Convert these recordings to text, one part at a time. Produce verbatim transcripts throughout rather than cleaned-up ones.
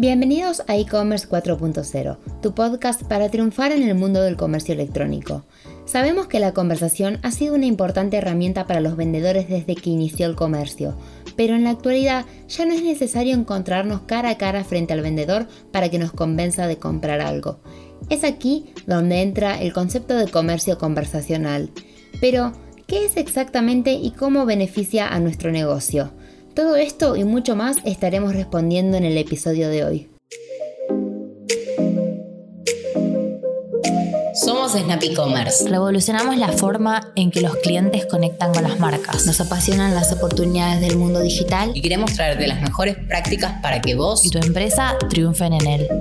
Bienvenidos a e-commerce cuatro punto cero, tu podcast para triunfar en el mundo del comercio electrónico. Sabemos que la conversación ha sido una importante herramienta para los vendedores desde que inició el comercio, pero en la actualidad ya no es necesario encontrarnos cara a cara frente al vendedor para que nos convenza de comprar algo. Es aquí donde entra el concepto de comercio conversacional. Pero, ¿qué es exactamente y cómo beneficia a nuestro negocio? Todo esto y mucho más estaremos respondiendo en el episodio de hoy. Somos Snap E-Commerce. Revolucionamos la forma en que los clientes conectan con las marcas. Nos apasionan las oportunidades del mundo digital y queremos traerte las mejores prácticas para que vos y tu empresa triunfen en él.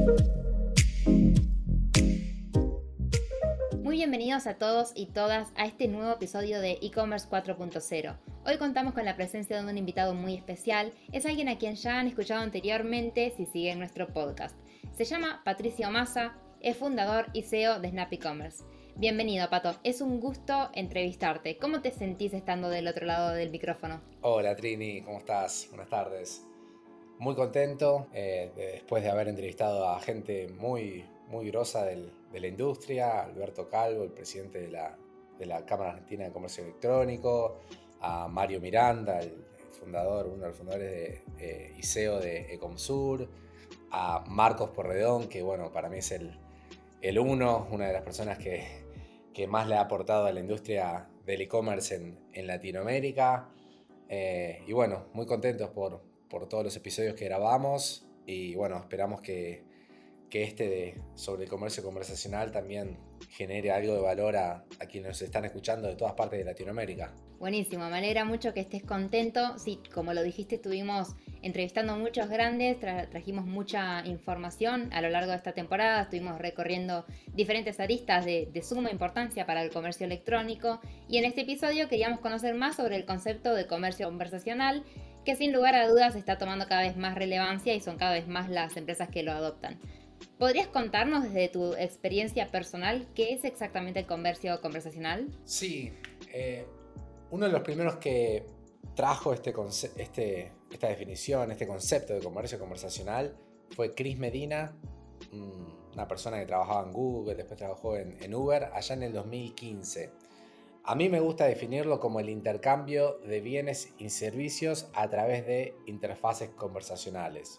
Muy bienvenidos a todos y todas a este nuevo episodio de e-commerce cuatro punto cero. Hoy contamos con la presencia de un invitado muy especial. Es alguien a quien ya han escuchado anteriormente si siguen nuestro podcast. Se llama Patricio Massa, es fundador y C E O de Snap E-Commerce. Bienvenido, Pato. Es un gusto entrevistarte. ¿Cómo te sentís estando del otro lado del micrófono? Hola, Trini. ¿Cómo estás? Buenas tardes. Muy contento eh, de, después de haber entrevistado a gente muy, muy grosa del, de la industria. Alberto Calvo, el presidente de la, de la Cámara Argentina de Comercio Electrónico. A Mario Miranda, el fundador, uno de los fundadores de, eh, y C E O de Ecomsur. A Marcos Porredón, que bueno, para mí es el, el uno, una de las personas que, que más le ha aportado a la industria del e-commerce en, en Latinoamérica. Eh, y bueno, muy contentos por, por todos los episodios que grabamos. Y bueno, esperamos que, que este de, sobre el comercio conversacional también genere algo de valor a, a quienes nos están escuchando de todas partes de Latinoamérica. Buenísimo, me alegra mucho que estés contento. Sí, como lo dijiste, estuvimos entrevistando a muchos grandes, tra- trajimos mucha información a lo largo de esta temporada, estuvimos recorriendo diferentes aristas de, de suma importancia para el comercio electrónico y en este episodio queríamos conocer más sobre el concepto de comercio conversacional, que sin lugar a dudas está tomando cada vez más relevancia y son cada vez más las empresas que lo adoptan. ¿Podrías contarnos desde tu experiencia personal qué es exactamente el comercio conversacional? Sí, eh, uno de los primeros que trajo este, conce- este, esta definición, este concepto de comercio conversacional fue Chris Medina, una persona que trabajaba en Google, después trabajó en, en Uber, allá en el dos mil quince. A mí me gusta definirlo como el intercambio de bienes y servicios a través de interfaces conversacionales.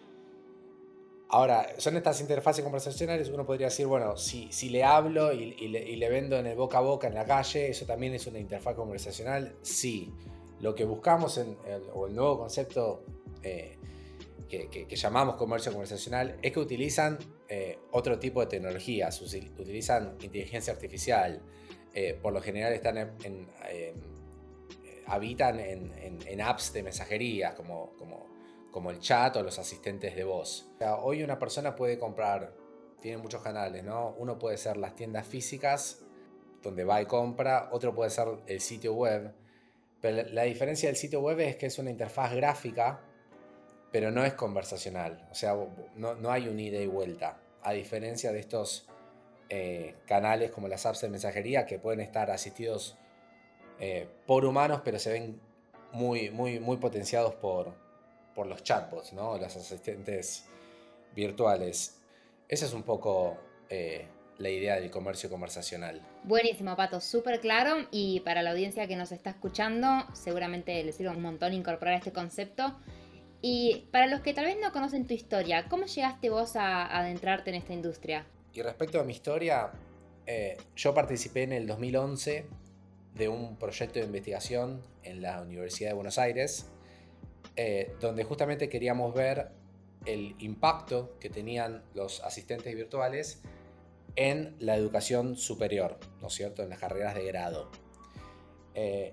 Ahora, son estas interfaces conversacionales, uno podría decir, bueno, si, si le hablo y, y, le, y le vendo en el boca a boca en la calle, ¿eso también es una interfaz conversacional? Sí. Lo que buscamos, en el, o el nuevo concepto eh, que, que, que llamamos comercio conversacional, es que utilizan eh, otro tipo de tecnologías, utilizan inteligencia artificial, eh, por lo general están en, en, eh, habitan en, en, en apps de mensajería, como... como como el chat o los asistentes de voz. O sea, hoy una persona puede comprar, tiene muchos canales, ¿no? Uno puede ser las tiendas físicas, donde va y compra, otro puede ser el sitio web. Pero la diferencia del sitio web es que es una interfaz gráfica, pero no es conversacional. O sea, no, no hay un ida y vuelta. A diferencia de estos eh, canales como las apps de mensajería, que pueden estar asistidos eh, por humanos, pero se ven muy, muy, muy potenciados por... por los chatbots, ¿no? Los asistentes virtuales. Esa es un poco eh, la idea del comercio conversacional. Buenísimo, Pato, súper claro, y para la audiencia que nos está escuchando seguramente les sirve un montón incorporar este concepto. Y para los que tal vez no conocen tu historia, ¿cómo llegaste vos a, a adentrarte en esta industria? Y respecto a mi historia, eh, yo participé en el dos mil once de un proyecto de investigación en la Universidad de Buenos Aires, Eh, donde justamente queríamos ver el impacto que tenían los asistentes virtuales en la educación superior, ¿no es cierto?, en las carreras de grado. Eh,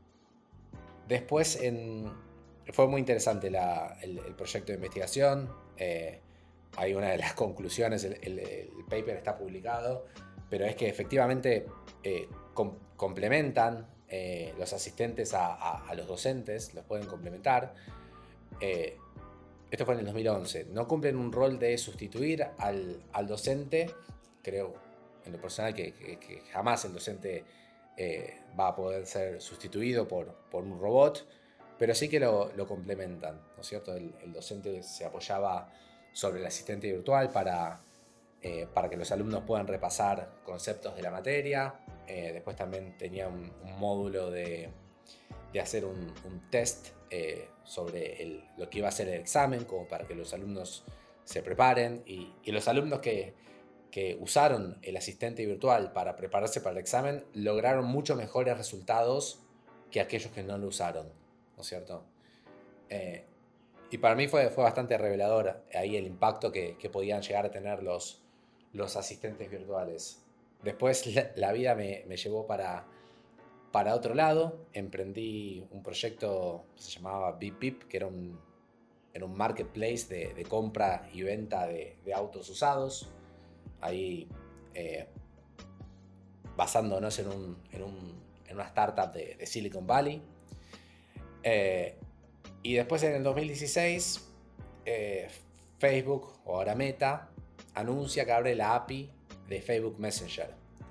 después en, fue muy interesante la, el, el proyecto de investigación. Eh, hay una de las conclusiones, el, el, el paper está publicado, pero es que efectivamente eh, com, complementan Eh, los asistentes a, a, a los docentes, los pueden complementar. Eh, esto fue en el dos mil once. No cumplen un rol de sustituir al, al docente. Creo, en lo personal, que, que, que jamás el docente eh, va a poder ser sustituido por, por un robot, pero sí que lo, lo complementan, ¿no es cierto? El, el docente se apoyaba sobre el asistente virtual para, eh, para que los alumnos puedan repasar conceptos de la materia. Eh, después también tenía un, un módulo de, de hacer un, un test eh, sobre el, lo que iba a ser el examen, como para que los alumnos se preparen. Y, y los alumnos que, que usaron el asistente virtual para prepararse para el examen lograron mucho mejores resultados que aquellos que no lo usaron, ¿no es cierto? Eh, y para mí fue, fue bastante revelador ahí el impacto que, que podían llegar a tener los, los asistentes virtuales. Después la, la vida me, me llevó para, para otro lado. Emprendí un proyecto que se llamaba Bip Bip, que era un, era un marketplace de, de compra y venta de, de autos usados. Ahí eh, basándonos en, un, en, un, en una startup de, de Silicon Valley. Eh, y después en el dos mil dieciséis, eh, Facebook, o ahora Meta, anuncia que abre la A P I de Facebook Messenger.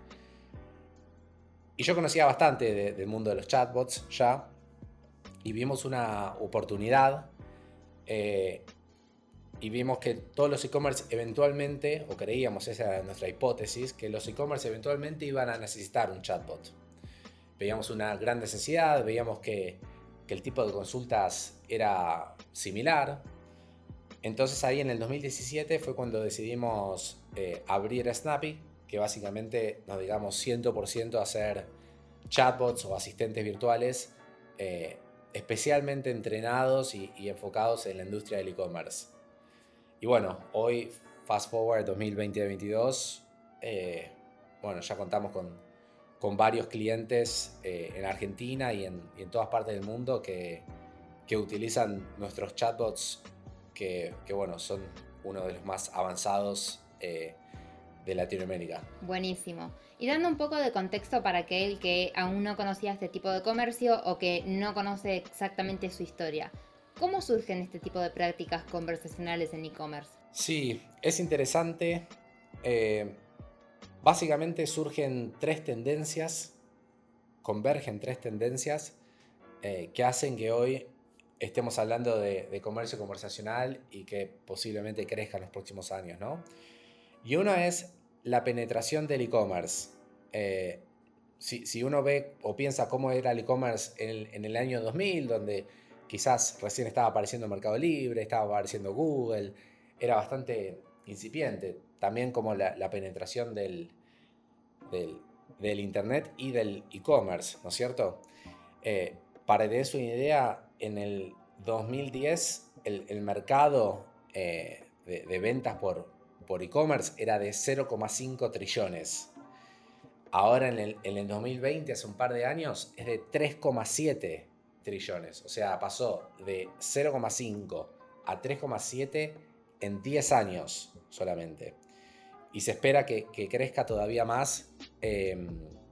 Y yo conocía bastante de, del mundo de los chatbots ya, y vimos una oportunidad, eh, y vimos que todos los e-commerce eventualmente, o creíamos, esa era nuestra hipótesis, que los e-commerce eventualmente iban a necesitar un chatbot. Veíamos una gran necesidad, veíamos que, que el tipo de consultas era similar. Entonces ahí en el dos mil diecisiete fue cuando decidimos eh, abrir Snappy, que básicamente nos dedicamos cien por ciento a hacer chatbots o asistentes virtuales eh, especialmente entrenados y, y enfocados en la industria del e-commerce. Y bueno, hoy, fast forward dos mil veinte veintidós, eh, bueno, ya contamos con, con varios clientes eh, en Argentina y en, y en todas partes del mundo que, que utilizan nuestros chatbots, que, que bueno, son uno de los más avanzados eh, de Latinoamérica. Buenísimo. Y dando un poco de contexto para aquel que aún no conocía este tipo de comercio o que no conoce exactamente su historia, ¿cómo surgen este tipo de prácticas conversacionales en e-commerce? Sí, es interesante. Eh, básicamente surgen tres tendencias, convergen tres tendencias eh, que hacen que hoy estemos hablando de, de comercio conversacional y que posiblemente crezca en los próximos años, ¿no? Y una es la penetración del e-commerce. Eh, si, si uno ve o piensa cómo era el e-commerce en el, en el año dos mil, donde quizás recién estaba apareciendo Mercado Libre, estaba apareciendo Google, era bastante incipiente. También como la, la penetración del, del, del Internet y del e-commerce, ¿no es cierto? Eh, para tener una idea, en el dos mil diez el, el mercado eh, de, de ventas por, por e-commerce era de cero coma cinco trillones. Ahora en el, en el dos mil veinte, hace un par de años, es de tres coma siete trillones. O sea, pasó de cero coma cinco a tres coma siete en diez años solamente. Y se espera que, que crezca todavía más eh,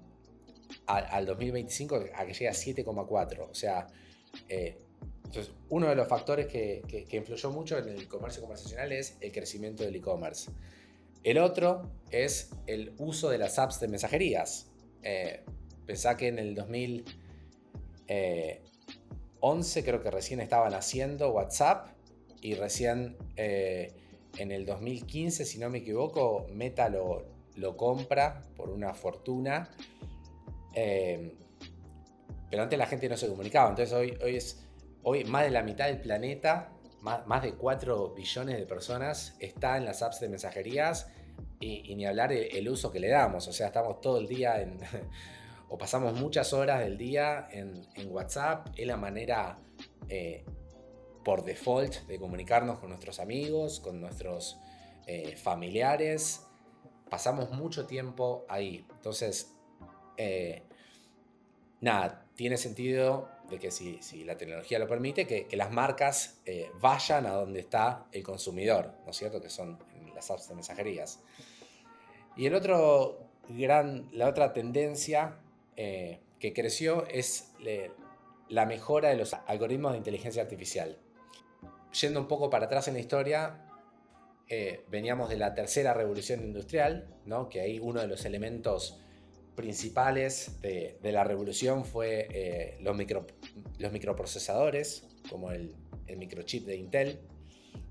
al, al dos mil veinticinco, a que llegue a siete coma cuatro. O sea, eh, entonces, uno de los factores que, que, que influyó mucho en el comercio conversacional es el crecimiento del e-commerce. El otro es el uso de las apps de mensajerías. Eh, pensá que en el dos mil once creo que recién estaban haciendo WhatsApp y recién eh, en el dos mil quince, si no me equivoco, Meta lo, lo compra por una fortuna. Eh, pero antes la gente no se comunicaba. Entonces hoy, hoy, es, hoy más de la mitad del planeta, más, más de cuatro billones de personas está en las apps de mensajerías y, y ni hablar el, el uso que le damos. O sea, estamos todo el día en... o pasamos muchas horas del día en, en WhatsApp. Es la manera eh, por default de comunicarnos con nuestros amigos, con nuestros eh, familiares. Pasamos mucho tiempo ahí. Entonces, eh, nada, tiene sentido de que si, si la tecnología lo permite, que, que las marcas eh, vayan a donde está el consumidor, ¿no es cierto? Que son las apps de mensajerías. Y el otro gran, la otra tendencia eh, que creció es le, la mejora de los algoritmos de inteligencia artificial. Yendo un poco para atrás en la historia, eh, veníamos de la tercera revolución industrial, ¿no? Que ahí uno de los elementos principales de, de la revolución fue eh, los, micro, los microprocesadores, como el, el microchip de Intel,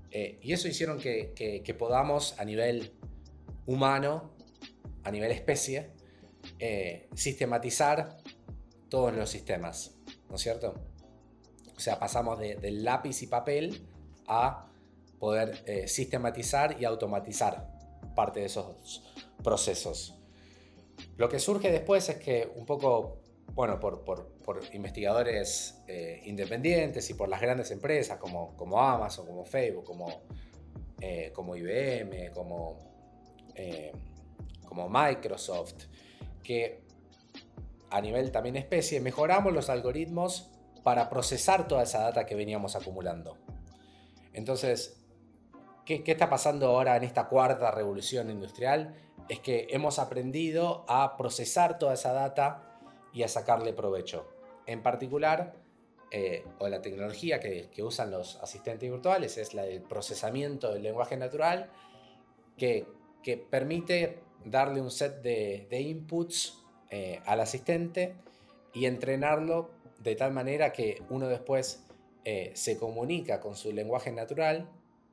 Eh, y eso hicieron que, que, que podamos a nivel humano, a nivel especie, eh, sistematizar todos los sistemas, ¿no es cierto? O sea, pasamos de, del lápiz y papel a poder eh, sistematizar y automatizar parte de esos procesos. Lo que surge después es que un poco, bueno, por, por, por investigadores eh, independientes y por las grandes empresas como, como Amazon, como Facebook, como, eh, como I B M, como, eh, como Microsoft, que a nivel también especie mejoramos los algoritmos para procesar toda esa data que veníamos acumulando. Entonces, ¿qué, qué está pasando ahora en esta cuarta revolución industrial? Es que hemos aprendido a procesar toda esa data y a sacarle provecho. En particular, eh, o la tecnología que, que usan los asistentes virtuales es la del procesamiento del lenguaje natural, que, que permite darle un set de, de inputs eh, al asistente y entrenarlo de tal manera que uno después eh, se comunica con su lenguaje natural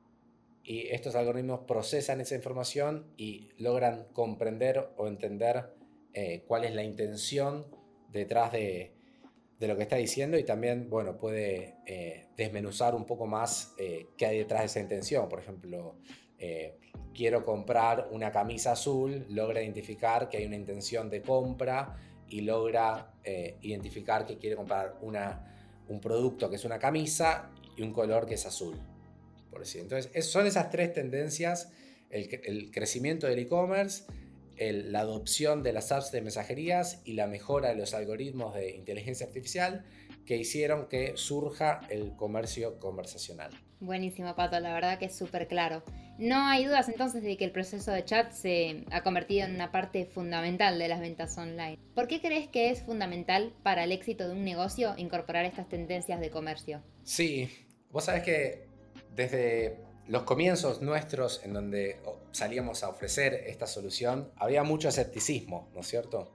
y estos algoritmos procesan esa información y logran comprender o entender eh, cuál es la intención detrás de, de lo que está diciendo y también, bueno, puede eh, desmenuzar un poco más eh, qué hay detrás de esa intención. Por ejemplo, eh, quiero comprar una camisa azul, logra identificar que hay una intención de compra y logra eh, identificar que quiere comprar una, un producto que es una camisa y un color que es azul, por decir. Entonces, es, son esas tres tendencias: el, el crecimiento del e-commerce, el, la adopción de las apps de mensajerías y la mejora de los algoritmos de inteligencia artificial que hicieron que surja el comercio conversacional. Buenísimo, Pato, la verdad que es súper claro. No hay dudas entonces de que el proceso de chat se ha convertido en una parte fundamental de las ventas online. ¿Por qué crees que es fundamental para el éxito de un negocio incorporar estas tendencias de comercio? Sí, vos sabés que desde los comienzos nuestros, en donde salíamos a ofrecer esta solución, había mucho escepticismo, ¿no es cierto?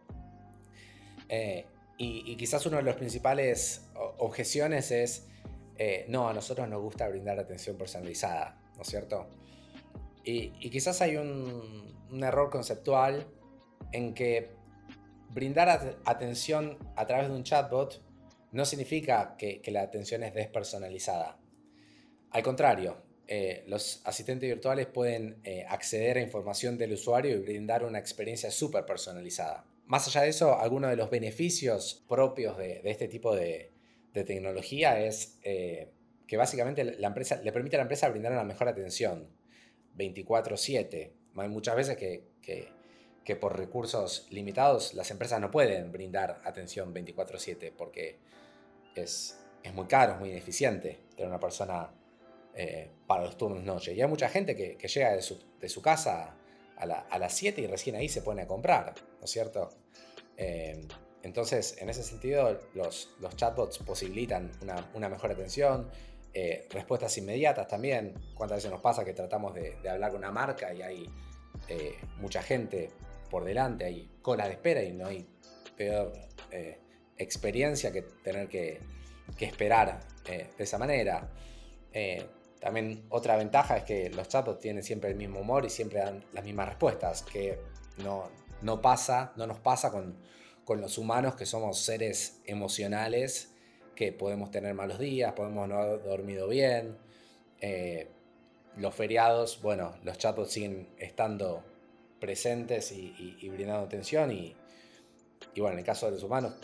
Eh, y, y quizás una de las principales objeciones es, eh, no, a nosotros nos gusta brindar atención personalizada, ¿no es cierto? Y, y quizás hay un, un error conceptual en que brindar at- atención a través de un chatbot no significa que, que la atención es despersonalizada. Al contrario, eh, los asistentes virtuales pueden eh, acceder a información del usuario y brindar una experiencia súper personalizada. Más allá de eso, algunos de los beneficios propios de, de este tipo de, de tecnología es eh, que básicamente la empresa, le permite a la empresa brindar una mejor atención veinticuatro siete. Hay muchas veces que, que, que por recursos limitados las empresas no pueden brindar atención veinticuatro siete porque es, es muy caro, es muy ineficiente tener una persona eh, para los turnos noche. Y hay mucha gente que, que llega de su, de su casa a, la, a las siete y recién ahí se pone a comprar, ¿no es cierto? Eh, entonces, en ese sentido, los, los chatbots posibilitan una, una mejor atención. Eh, respuestas inmediatas también. Cuántas veces nos pasa que tratamos de, de hablar con una marca y hay eh, mucha gente por delante, hay colas de espera y no hay peor eh, experiencia que tener que, que esperar eh, de esa manera. Eh, también otra ventaja es que los chatbots tienen siempre el mismo humor y siempre dan las mismas respuestas, que no, no pasa, no nos pasa con, con los humanos, que somos seres emocionales, que podemos tener malos días, podemos no haber dormido bien. Eh, los feriados, bueno, los chatbots siguen estando presentes y, y, y brindando atención y, y bueno, en el caso de los humanos,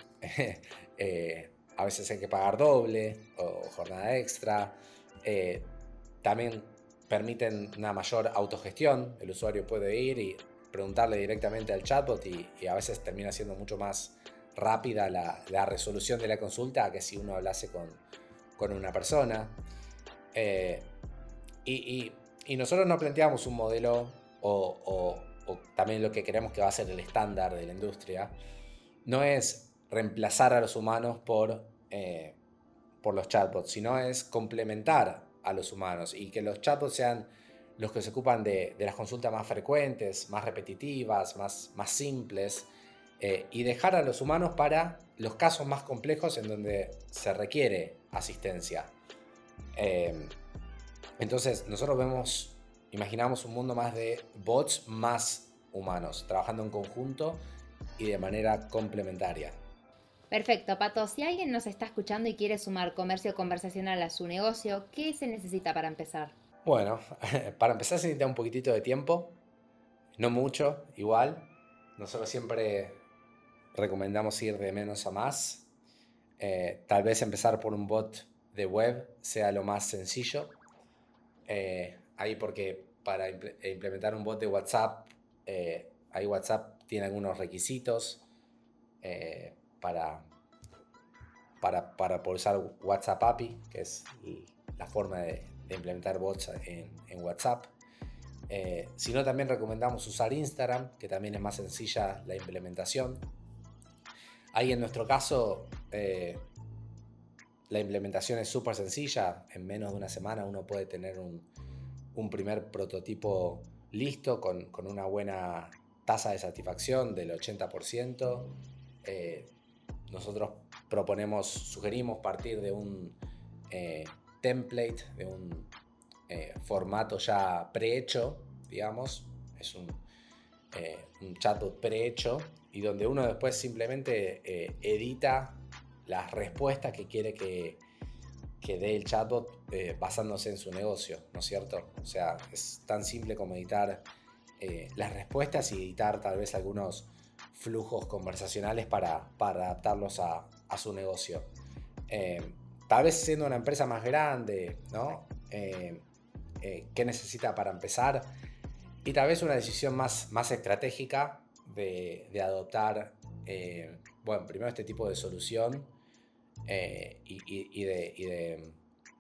eh, a veces hay que pagar doble o jornada extra. Eh, también permiten una mayor autogestión. El usuario puede ir y preguntarle directamente al chatbot y, y a veces termina siendo mucho más rápida la, la resolución de la consulta que si uno hablase con, con una persona. Eh, y, y, y nosotros no planteamos un modelo o, o, o también lo que creemos que va a ser el estándar de la industria. No es reemplazar a los humanos por, eh, por los chatbots, sino es complementar a los humanos y que los chatbots sean los que se ocupan de, de las consultas más frecuentes, más repetitivas, más, más simples. Eh, y dejar a los humanos para los casos más complejos en donde se requiere asistencia. Eh, Entonces nosotros vemos, imaginamos un mundo más de bots más humanos, trabajando en conjunto y de manera complementaria. Perfecto, Pato. Si alguien nos está escuchando y quiere sumar comercio conversacional a su negocio, ¿qué se necesita para empezar? Bueno, para empezar se necesita un poquitito de tiempo, no mucho, igual. Nosotros siempre recomendamos ir de menos a más. Eh, tal vez empezar por un bot de web sea lo más sencillo. Eh, ahí porque para imple- implementar un bot de WhatsApp, eh, ahí WhatsApp tiene algunos requisitos eh, para, para, para poder usar WhatsApp A P I, que es l- la forma de, de implementar bots en, en WhatsApp. Eh, si no, también recomendamos usar Instagram, que también es más sencilla la implementación. Ahí en nuestro caso, eh, la implementación es súper sencilla. En menos de una semana uno puede tener un, un primer prototipo listo con, con una buena tasa de satisfacción del ochenta por ciento. Eh, nosotros proponemos, sugerimos partir de un eh, template, de un eh, formato ya prehecho, digamos. Es un, eh, un chatbot prehecho y donde uno después simplemente eh, edita las respuestas que quiere que, que dé el chatbot eh, basándose en su negocio, ¿no es cierto? O sea, es tan simple como editar eh, las respuestas y editar tal vez algunos flujos conversacionales para, para adaptarlos a, a su negocio. Eh, tal vez siendo una empresa más grande, ¿no? Eh, eh, ¿Qué necesita para empezar? Y tal vez una decisión más, más estratégica de, de adoptar, eh, bueno, primero este tipo de solución eh, y, y, y, de, y de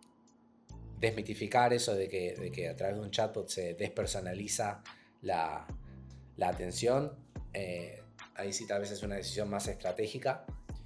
desmitificar eso de que, de que a través de un chatbot se despersonaliza la, la atención. Eh, ahí sí tal vez es una decisión más estratégica,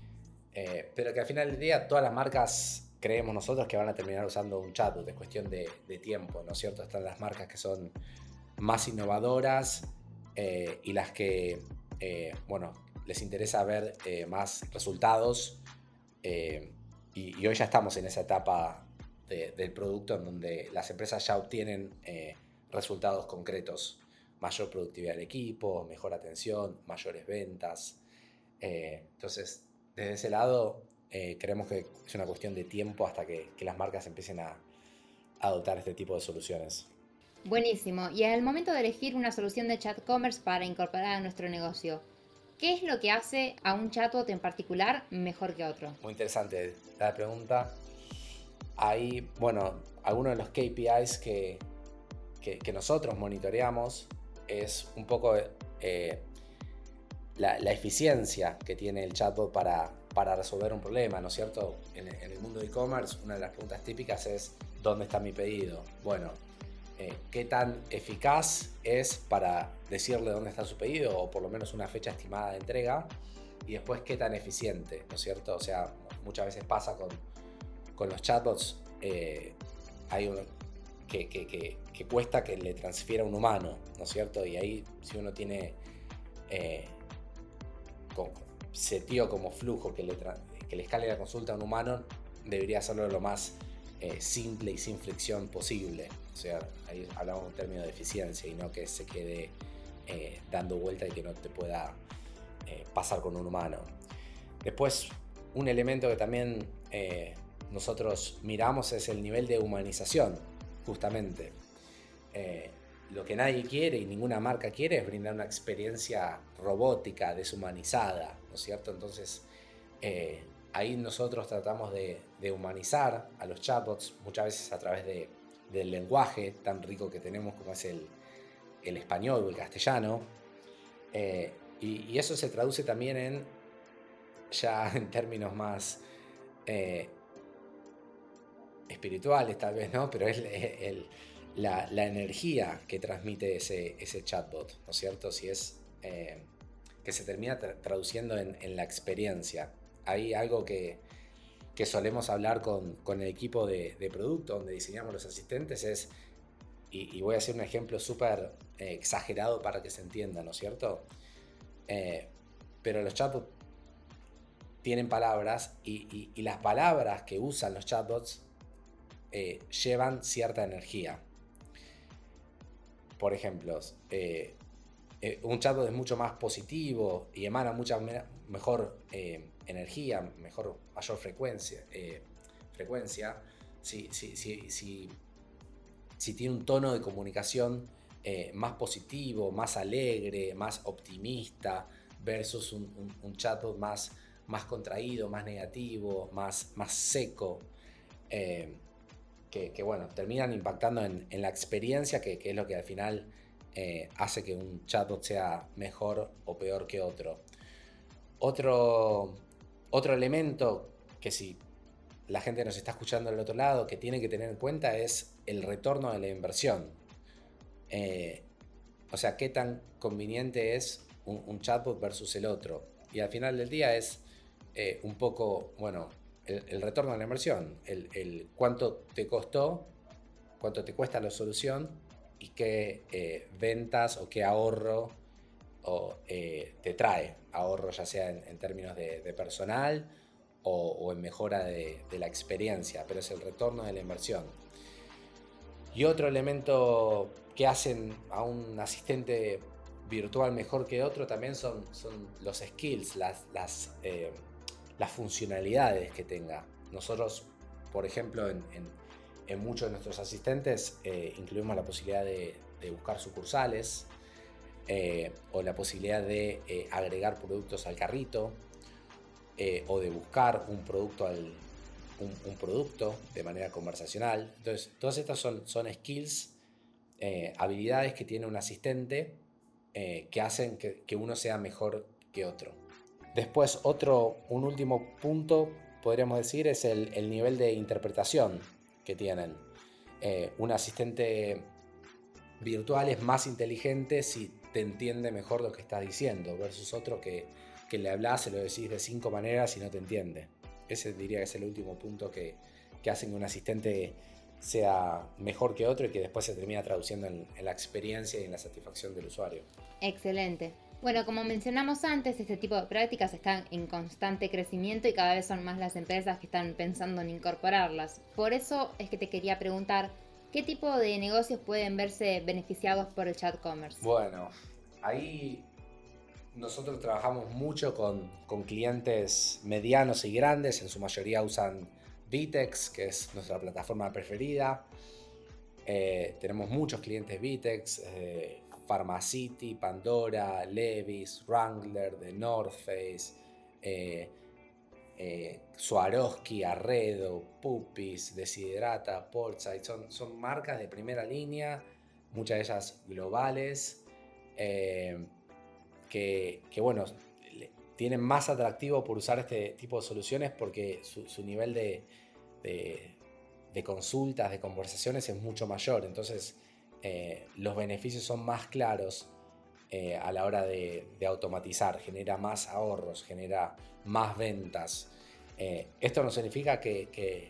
eh, pero que al final del día todas las marcas creemos nosotros que van a terminar usando un chatbot, es cuestión de, de tiempo, ¿no es cierto? Están las marcas que son más innovadoras eh, y las que, eh, bueno, les interesa ver eh, más resultados eh, y, y hoy ya estamos en esa etapa de, del producto en donde las empresas ya obtienen eh, resultados concretos, mayor productividad del equipo, mejor atención, mayores ventas. Eh, entonces, desde ese lado, eh, creemos que es una cuestión de tiempo hasta que, que las marcas empiecen a, a adoptar este tipo de soluciones. Buenísimo. Y en el momento de elegir una solución de chat commerce para incorporar a nuestro negocio, ¿qué es lo que hace a un chatbot en particular mejor que otro? Muy interesante la pregunta. Ahí, bueno, algunos de los K P Is que, que, que nosotros monitoreamos es un poco eh, la, la eficiencia que tiene el chatbot para, para resolver un problema, ¿no es cierto? En, en el mundo de e-commerce, una de las preguntas típicas es ¿dónde está mi pedido? Bueno, eh, ¿qué tan eficaz es para decirle dónde está su pedido o por lo menos una fecha estimada de entrega? Y después, ¿qué tan eficiente? ¿No es cierto? O sea, muchas veces pasa con, con los chatbots, eh, hay uno que, que, que, que cuesta que le transfiera un humano, ¿no es cierto? Y ahí, si uno tiene eh, con, seteo como flujo que le, que le escale la consulta a un humano, debería hacerlo lo más eh, simple y sin fricción posible. O sea, ahí hablamos en términos de eficiencia y no que se quede eh, dando vuelta y que no te pueda eh, pasar con un humano. Después, un elemento que también eh, nosotros miramos es el nivel de humanización, justamente. Eh, lo que nadie quiere y ninguna marca quiere es brindar una experiencia robótica, deshumanizada, ¿no es cierto? Entonces, eh, ahí nosotros tratamos de, de humanizar a los chatbots, muchas veces a través de, del lenguaje tan rico que tenemos como es el, el español o el castellano. Eh, y, y eso se traduce también en, ya en términos más eh, espirituales tal vez, ¿no? Pero es el, el, la, la energía que transmite ese, ese chatbot, ¿no es cierto? Si es eh, que se termina tra traduciendo en, en la experiencia. Hay algo que, que solemos hablar con, con el equipo de, de producto, donde diseñamos los asistentes, es, y, y voy a hacer un ejemplo súper eh, exagerado para que se entienda, ¿no es cierto? Eh, pero los chatbots tienen palabras y, y, y las palabras que usan los chatbots eh, llevan cierta energía. Por ejemplo, eh, eh, un chatbot es mucho más positivo y emana mucha me- mejor eh, energía, mejor, mayor frecuencia. Eh, frecuencia si, si, si, si, si tiene un tono de comunicación eh, más positivo, más alegre, más optimista, versus un, un, un chatbot más, más contraído, más negativo, más, más seco. Eh, Que, que bueno, terminan impactando en, en la experiencia, que, que es lo que al final eh, hace que un chatbot sea mejor o peor que otro. Otro, otro elemento que si la gente nos está escuchando del otro lado, que tiene que tener en cuenta es el retorno de la inversión. Eh, o sea, qué tan conveniente es un, un chatbot versus el otro. Y al final del día es eh, un poco, bueno, El, el retorno de la inversión, el, el cuánto te costó, cuánto te cuesta la solución y qué eh, ventas o qué ahorro o, eh, te trae. Ahorro ya sea en, en términos de, de personal o, o en mejora de, de la experiencia, pero es el retorno de la inversión. Y otro elemento que hacen a un asistente virtual mejor que otro también son, son los skills, las, las eh, las funcionalidades que tenga. Nosotros, por ejemplo, en, en, en muchos de nuestros asistentes eh, incluimos la posibilidad de, de buscar sucursales eh, o la posibilidad de eh, agregar productos al carrito eh, o de buscar un producto, al, un, un producto de manera conversacional. Entonces, todas estas son, son skills, eh, habilidades que tiene un asistente eh, que hacen que, que uno sea mejor que otro. Después, otro, un último punto, podríamos decir, es el, el nivel de interpretación que tienen. Eh, un asistente virtual es más inteligente si te entiende mejor lo que estás diciendo, versus otro que, que le hablas, se lo decís de cinco maneras y no te entiende. Ese diría que es el último punto que, que hace que un asistente sea mejor que otro y que después se termina traduciendo en, en la experiencia y en la satisfacción del usuario. Excelente. Bueno, como mencionamos antes, este tipo de prácticas están en constante crecimiento y cada vez son más las empresas que están pensando en incorporarlas. Por eso es que te quería preguntar, ¿qué tipo de negocios pueden verse beneficiados por el chat commerce? Bueno, ahí nosotros trabajamos mucho con, con clientes medianos y grandes, en su mayoría usan Vitex, que es nuestra plataforma preferida. Eh, tenemos muchos clientes Vitex, eh, Pharmacity, Pandora, Levi's, Wrangler, The North Face, eh, eh, Swarovski, Arredo, Puppies, Desiderata, Portside. Son, son marcas de primera línea, muchas de ellas globales, eh, que, que bueno, tienen más atractivo por usar este tipo de soluciones porque su, su nivel de, de, de consultas, de conversaciones es mucho mayor. Entonces, Eh, los beneficios son más claros eh, a la hora de, de automatizar, genera más ahorros, genera más ventas. Eh, esto no significa que, que,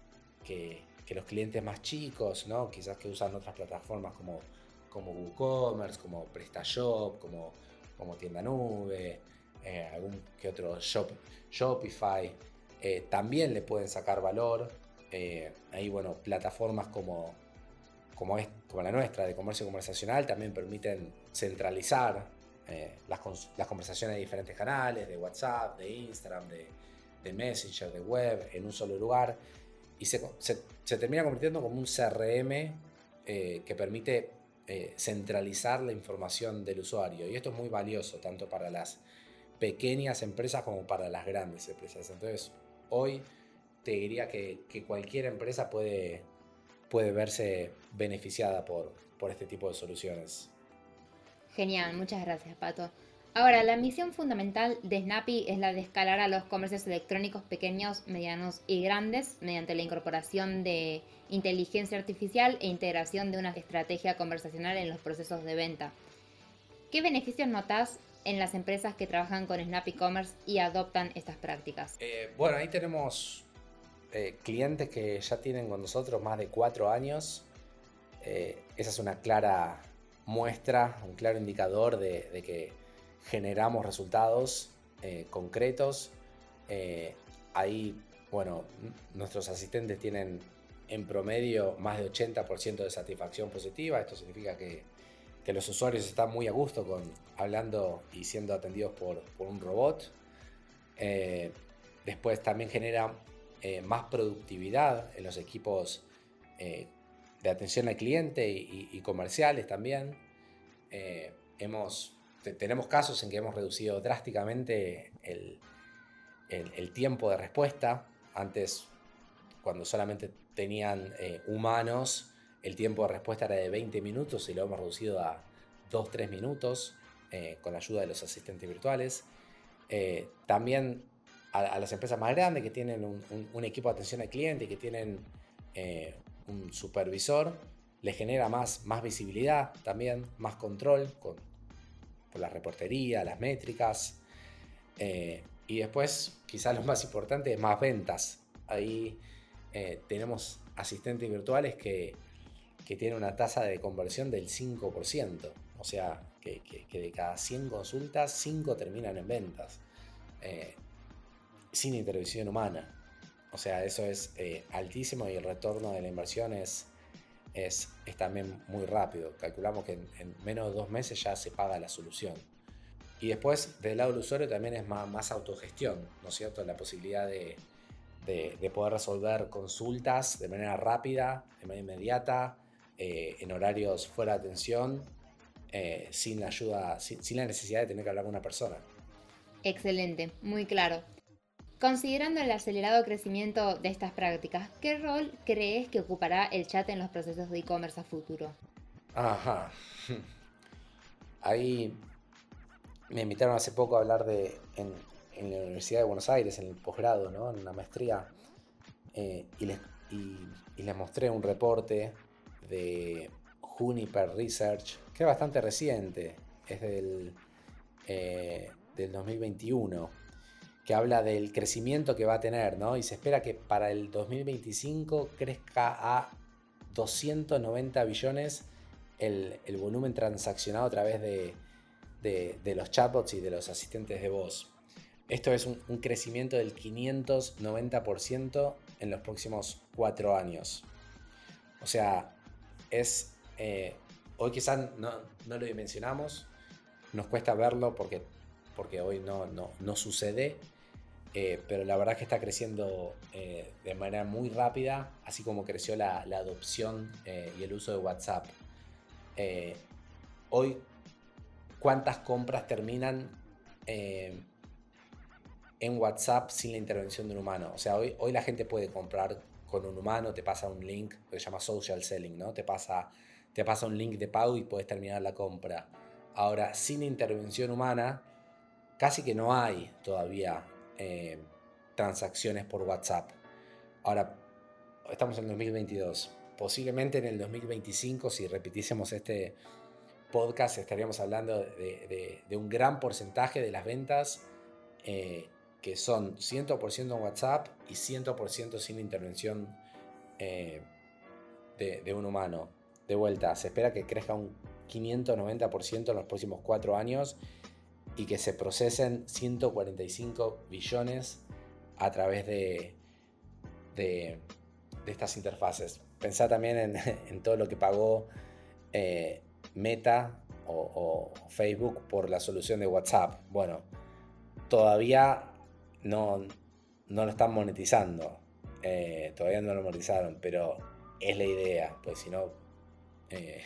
que, que los clientes más chicos, ¿no? Quizás que usan otras plataformas como, como WooCommerce, como PrestaShop, como, como Tienda Nube, eh, algún que otro Shop, Shopify, eh, también le pueden sacar valor. Eh, ahí, bueno, plataformas como Como, es, como la nuestra de comercio conversacional también permiten centralizar eh, las, las conversaciones de diferentes canales, de WhatsApp, de Instagram, de, de Messenger, de web, en un solo lugar, y se, se, se termina convirtiendo como un C R M eh, que permite eh, centralizar la información del usuario, y esto es muy valioso tanto para las pequeñas empresas como para las grandes empresas. Entonces hoy te diría que, que cualquier empresa puede puede verse beneficiada por, por este tipo de soluciones. Genial, muchas gracias, Pato. Ahora, la misión fundamental de Snappy es la de escalar a los comercios electrónicos pequeños, medianos y grandes mediante la incorporación de inteligencia artificial e integración de una estrategia conversacional en los procesos de venta. ¿Qué beneficios notás en las empresas que trabajan con Snappy Commerce y adoptan estas prácticas? Eh, bueno, ahí tenemos Eh, clientes que ya tienen con nosotros más de cuatro años. Eh, esa es una clara muestra, un claro indicador de, de que generamos resultados eh, concretos. Eh, ahí, bueno, nuestros asistentes tienen en promedio más de ochenta por ciento de satisfacción positiva. Esto significa que, que los usuarios están muy a gusto con hablando y siendo atendidos por, por un robot. Eh, después también genera eh, más productividad en los equipos eh, de atención al cliente y, y, y comerciales también. Eh, hemos, te, tenemos casos en que hemos reducido drásticamente el, el, el tiempo de respuesta. Antes, cuando solamente tenían eh, humanos, el tiempo de respuesta era de veinte minutos y lo hemos reducido a dos a tres minutos eh, con la ayuda de los asistentes virtuales. Eh, también a, a las empresas más grandes que tienen un, un, un equipo de atención al cliente y que tienen eh, un supervisor, les genera más, más visibilidad también, más control con, por la reportería, las métricas. Eh, y después, quizás lo más importante, es más ventas. Ahí eh, tenemos asistentes virtuales que, que tienen una tasa de conversión del cinco por ciento. O sea, que, que, que de cada cien consultas, cinco terminan en ventas. Eh, sin intervención humana. O sea, eso es eh, altísimo y el retorno de la inversión es, es, es también muy rápido. Calculamos que en, en menos de dos meses ya se paga la solución. Y después, del lado del usuario, también es más, más autogestión, ¿no es cierto? La posibilidad de, de, de poder resolver consultas de manera rápida, de manera inmediata, eh, en horarios fuera de atención, eh, sin la ayuda, sin, sin la necesidad de tener que hablar con una persona. Excelente, muy claro. Considerando el acelerado crecimiento de estas prácticas, ¿qué rol crees que ocupará el chat en los procesos de e-commerce a futuro? Ajá. Ahí me invitaron hace poco a hablar de en, en la Universidad de Buenos Aires, en el posgrado, ¿no? En una maestría, eh, y, les, y, y les mostré un reporte de Juniper Research, que es bastante reciente, es del, eh, del dos mil veintiuno, que habla del crecimiento que va a tener, ¿no? Y se espera que para el dos mil veinticinco crezca a doscientos noventa billones el, el volumen transaccionado a través de, de, de los chatbots y de los asistentes de voz. Esto es un, un crecimiento del quinientos noventa por ciento en los próximos cuatro años. O sea, es eh, hoy quizás no, no lo dimensionamos, nos cuesta verlo porque, porque hoy no, no, no sucede. Eh, pero la verdad es que está creciendo eh, de manera muy rápida, así como creció la, la adopción eh, y el uso de WhatsApp. Eh, hoy, ¿cuántas compras terminan eh, en WhatsApp sin la intervención de un humano? O sea, hoy, hoy la gente puede comprar con un humano, te pasa un link que se llama social selling, ¿no? Te pasa, te pasa un link de pago y puedes terminar la compra. Ahora, sin intervención humana, casi que no hay todavía Eh, transacciones por WhatsApp. Ahora, estamos en el dos mil veintidós. Posiblemente en el dos mil veinticinco, si repitiésemos este podcast, estaríamos hablando de, de, de un gran porcentaje de las ventas eh, que son cien por ciento en WhatsApp y cien por ciento sin intervención eh, de, de un humano. De vuelta, se espera que crezca un quinientos noventa por ciento en los próximos cuatro años y que se procesen ciento cuarenta y cinco billones a través de, de, de estas interfaces. Pensá también en, en todo lo que pagó eh, Meta o, o Facebook por la solución de WhatsApp. Bueno, todavía no, no lo están monetizando, eh, todavía no lo monetizaron, pero es la idea, pues si no... Eh,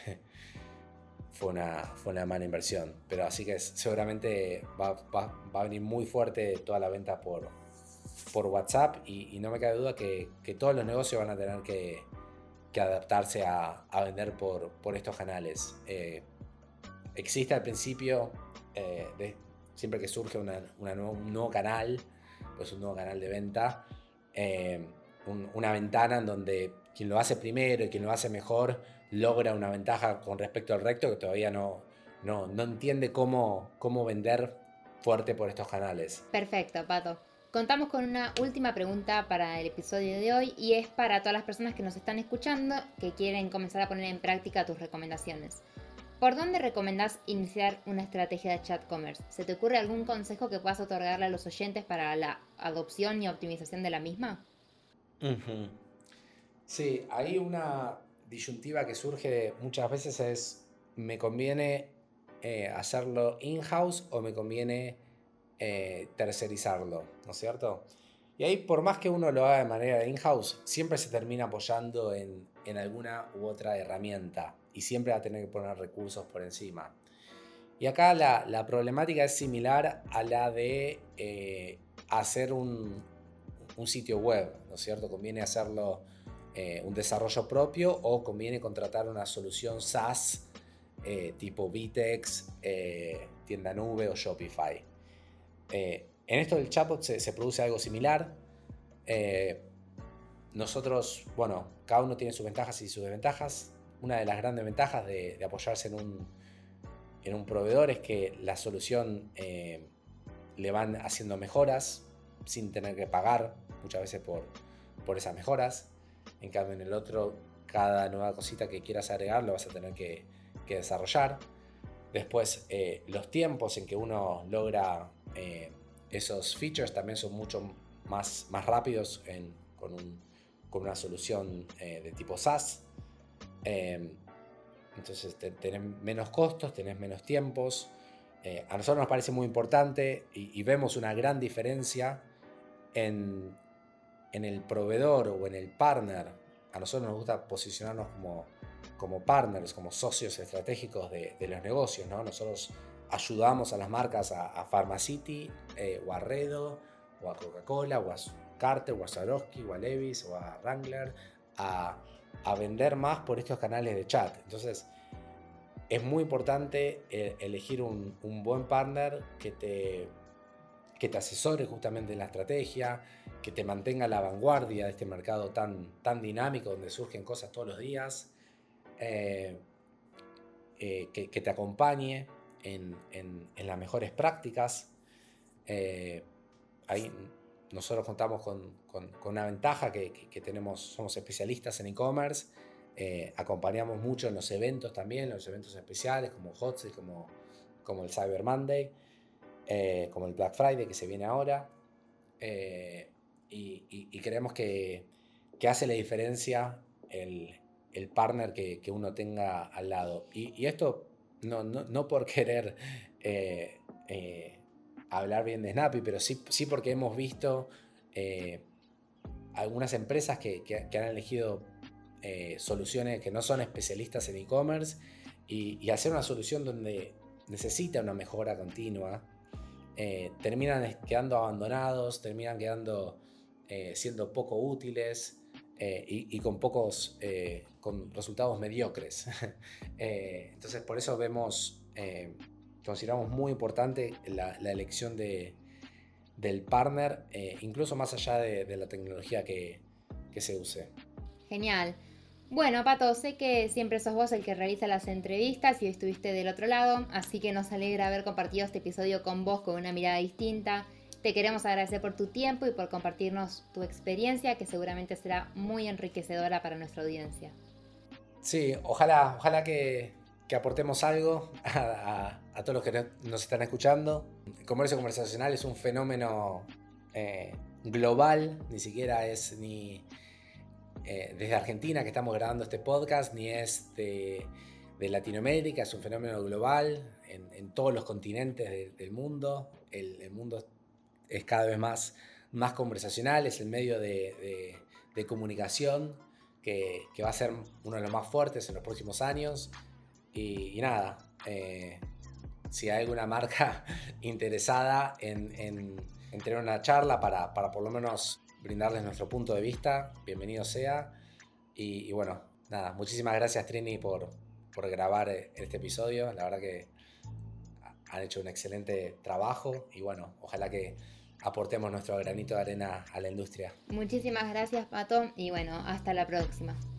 Fue una, fue una mala inversión, pero así que seguramente va, va, va a venir muy fuerte toda la venta por, por WhatsApp y, y no me cabe duda que, que todos los negocios van a tener que, que adaptarse a, a vender por, por estos canales. Eh, existe al principio, eh, de, siempre que surge una, una nuevo, un nuevo canal, pues un nuevo canal de venta, eh, un, una ventana en donde quien lo hace primero y quien lo hace mejor logra una ventaja con respecto al resto que todavía no, no, no entiende cómo, cómo vender fuerte por estos canales. Perfecto, Pato. Contamos con una última pregunta para el episodio de hoy y es para todas las personas que nos están escuchando que quieren comenzar a poner en práctica tus recomendaciones. ¿Por dónde recomendás iniciar una estrategia de chat commerce? ¿Se te ocurre algún consejo que puedas otorgarle a los oyentes para la adopción y optimización de la misma? Uh-huh. Sí, hay una disyuntiva que surge muchas veces es, ¿me conviene eh, hacerlo in-house o me conviene eh, tercerizarlo? ¿No es cierto? Y ahí, por más que uno lo haga de manera in-house, siempre se termina apoyando en, en alguna u otra herramienta y siempre va a tener que poner recursos por encima. Y acá la, la problemática es similar a la de eh, hacer un, un sitio web, ¿no es cierto? Conviene hacerlo eh, un desarrollo propio o conviene contratar una solución SaaS eh, tipo Vitex, eh, tienda nube o Shopify. Eh, en esto del chatbot se, se produce algo similar. Eh, nosotros, bueno, cada uno tiene sus ventajas y sus desventajas. Una de las grandes ventajas de, de apoyarse en un, en un proveedor es que la solución eh, le van haciendo mejoras sin tener que pagar muchas veces por, por esas mejoras. En cambio, en el otro, cada nueva cosita que quieras agregar lo vas a tener que, que desarrollar. Después, eh, los tiempos en que uno logra eh, esos features también son mucho más, más rápidos en, con, un, con una solución eh, de tipo SaaS. Eh, entonces, te, tenés menos costos, tenés menos tiempos. Eh, a nosotros nos parece muy importante y, y vemos una gran diferencia en, en el proveedor o en el partner. A nosotros nos gusta posicionarnos como, como partners, como socios estratégicos de, de los negocios, ¿no? Nosotros ayudamos a las marcas, a, a Pharmacity, eh, o a Redo, o a Coca-Cola, o a Carter, o a Swarovski, o a Levi's, o a Wrangler, a, a vender más por estos canales de chat. Entonces, es muy importante eh, elegir un, un buen partner que te, que te asesore justamente en la estrategia, que te mantenga a la vanguardia de este mercado tan, tan dinámico donde surgen cosas todos los días, eh, eh, que, que te acompañe en, en, en las mejores prácticas. Eh, ahí nosotros contamos con, con, con una ventaja que, que, que tenemos, somos especialistas en e-commerce. Eh, acompañamos mucho en los eventos también, los eventos especiales como Hot Sale, como, como el Cyber Monday, eh, como el Black Friday que se viene ahora. Eh, y, y, y creemos que, que hace la diferencia el, el partner que, que uno tenga al lado. Y, y esto no, no, no por querer eh, eh, hablar bien de Snappy, pero sí, sí porque hemos visto eh, algunas empresas que, que, que han elegido eh, soluciones que no son especialistas en e-commerce y, y hacer una solución donde necesita una mejora continua. Eh, terminan quedando abandonados, terminan quedando eh, siendo poco útiles eh, y, y con pocos eh, con resultados mediocres. eh, entonces por eso vemos, eh, consideramos muy importante la, la elección de, del partner, eh, incluso más allá de, de la tecnología que, que se use. Genial. Bueno, Pato, sé que siempre sos vos el que realiza las entrevistas y hoy estuviste del otro lado, así que nos alegra haber compartido este episodio con vos con una mirada distinta. Te queremos agradecer por tu tiempo y por compartirnos tu experiencia, que seguramente será muy enriquecedora para nuestra audiencia. Sí, ojalá, ojalá que, que aportemos algo a, a, a todos los que nos están escuchando. El comercio conversacional es un fenómeno eh, global, ni siquiera es ni... Eh, desde Argentina que estamos grabando este podcast, ni es de, de Latinoamérica, es un fenómeno global en, en todos los continentes de, del mundo. El, el mundo es cada vez más, más conversacional, es el medio de, de, de comunicación que, que va a ser uno de los más fuertes en los próximos años. Y, y nada, eh, si hay alguna marca interesada en, en, en tener una charla para, para por lo menos brindarles nuestro punto de vista, bienvenido sea. Y, y bueno, nada, muchísimas gracias Trini por, por grabar este episodio. La verdad que han hecho un excelente trabajo y bueno, ojalá que aportemos nuestro granito de arena a la industria. Muchísimas gracias, Pato, y bueno, hasta la próxima.